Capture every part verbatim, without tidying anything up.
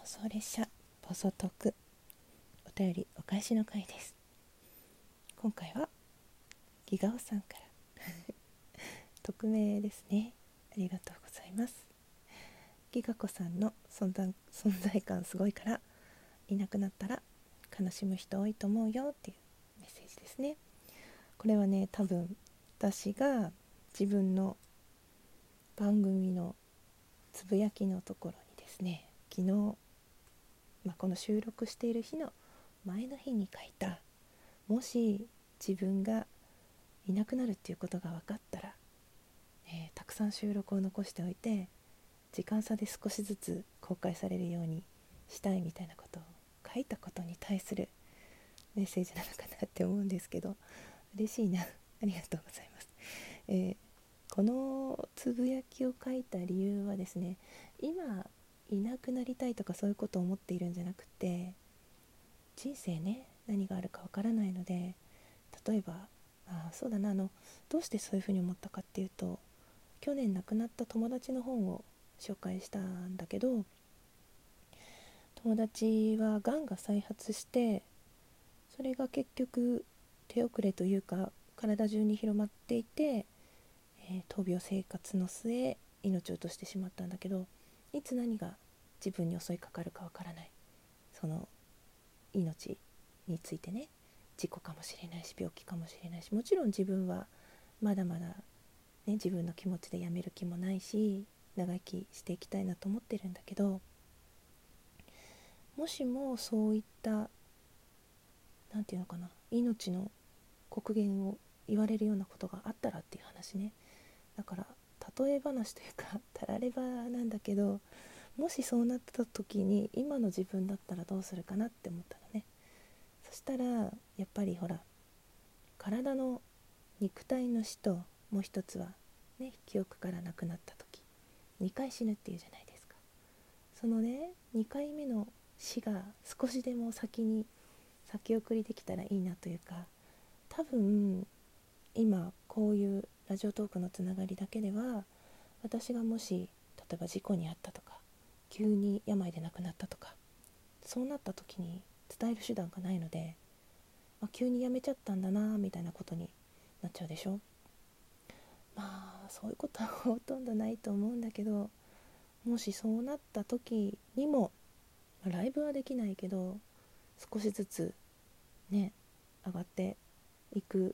送列車暴走トーク、お便りお返しの回です。今回はギガオさんから匿名ですね。ありがとうございます。ギガ子さんの存在、存在感すごいからいなくなったら悲しむ人多いと思うよっていうメッセージですね。これはね、多分私が自分の番組のつぶやきのところにですね、昨日まあ、この収録している日の前の日に書いた、もし自分がいなくなるっていうことが分かったら、えー、たくさん収録を残しておいて時間差で少しずつ公開されるようにしたいみたいなことを書いたことに対するメッセージなのかなって思うんですけど、嬉しいな、ありがとうございます。えー、このつぶやきを書いた理由はですね、今いなくなりたいとかそういうことを思っているんじゃなくて、人生ね、何があるかわからないので、例えばあそうだなあのどうしてそういうふうに思ったかっていうと、去年亡くなった友達の本を紹介したんだけど、友達はがんが再発して、それが結局手遅れというか体中に広まっていて、えー、闘病生活の末命を落としてしまったんだけど、いつ何が自分に襲いかかるかわからない、その命についてね、事故かもしれないし病気かもしれないし、もちろん自分はまだまだ、ね、自分の気持ちでやめる気もないし長生きしていきたいなと思ってるんだけど、もしもそういったなんていうのかな、命の刻限を言われるようなことがあったらっていう話ね。だから例え話というかたらればなんだけど、もしそうなった時に今の自分だったらどうするかなって思ったのね。そしたらやっぱりほら、体の肉体の死と、もう一つはね、記憶からなくなった時にかい死ぬっていうじゃないですか。そのね、にかいめの死が少しでも先に先送りできたらいいなというか、多分今こういうラジオトークのつながりだけでは、私がもし例えば事故に遭ったとか急に病で亡くなったとか、そうなった時に伝える手段がないので、まあ、急に辞めちゃったんだなみたいなことになっちゃうでしょ。まあそういうことはほとんどないと思うんだけど、もしそうなった時にも、まあ、ライブはできないけど少しずつね上がっていく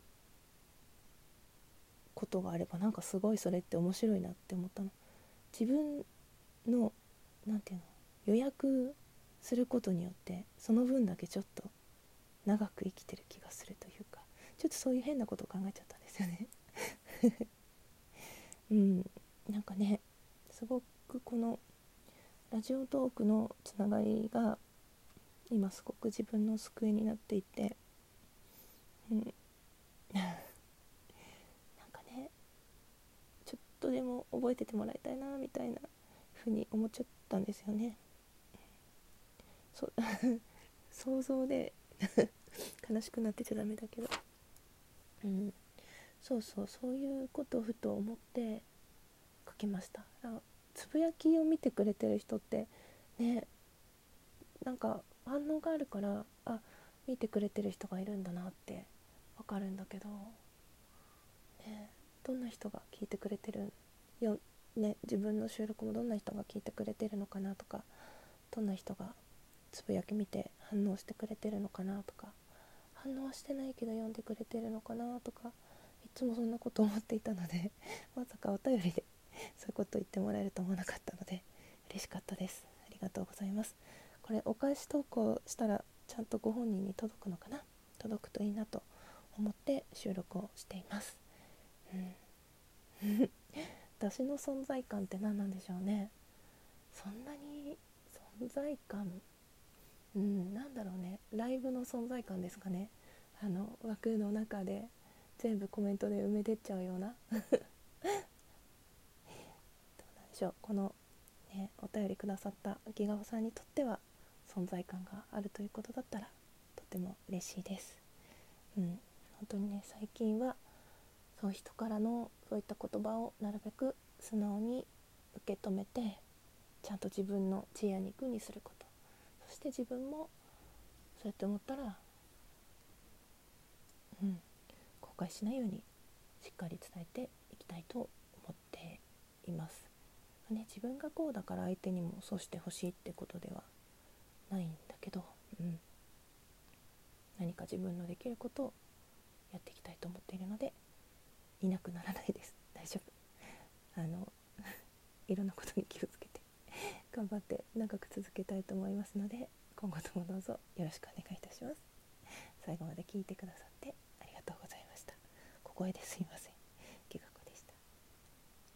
ことがあれば、なんかすごいそれって面白いなって思ったの。自分のなんていうの、予約することによってその分だけちょっと長く生きてる気がするというか、ちょっとそういう変なことを考えちゃったんですよねうん、なんかね、すごくこのラジオトークのつながりが今すごく自分の救いになっていて、うん、なんかね、ちょっとでも覚えててもらいたいなみたいなふうに思っちゃったんですよね。そ想像で悲しくなってちゃダメだけど、うん、そうそう、そういうことをふと思って書きました。つぶやきを見てくれてる人ってね、なんか反応があるから、あ、見てくれてる人がいるんだなってわかるんだけど、ね、どんな人が聞いてくれてるよ、ね、自分の収録もどんな人が聞いてくれてるのかなとか、どんな人がつぶやき見て反応してくれてるのかなとか、反応はしてないけど読んでくれてるのかなとか、いつもそんなこと思っていたのでまさかお便りでそういうこと言ってもらえると思わなかったので嬉しかったです。ありがとうございます。これお返し投稿したらちゃんとご本人に届くのかな、届くといいなと思って収録をしています。うん私の存在感って何なんでしょうね。そんなに存在感、うん、なんだろうね、ライブの存在感ですかね。あの枠の中で全部コメントで埋めてっちゃうようなどうなんでしょう、この、ね、お便りくださったギガオさんにとっては存在感があるということだったらとても嬉しいです。うん、本当にね、最近はそういう人からのそういった言葉をなるべく素直に受け止めて、ちゃんと自分の知恵や肉にすること、 して自分もそうやって思ったら、うん、後悔しないようにしっかり伝えていきたいと思っています、ね、自分がこうだから相手にもそうしてほしいってことではないんだけど、うん、何か自分のできることをやっていきたいと思っているので、いなくならないです。大丈夫。あのいろんなことに気をつけて頑張って長く続けたいと思いますので、今後ともどうぞよろしくお願いいたします。最後まで聞いてくださってありがとうございました。小声ですいません。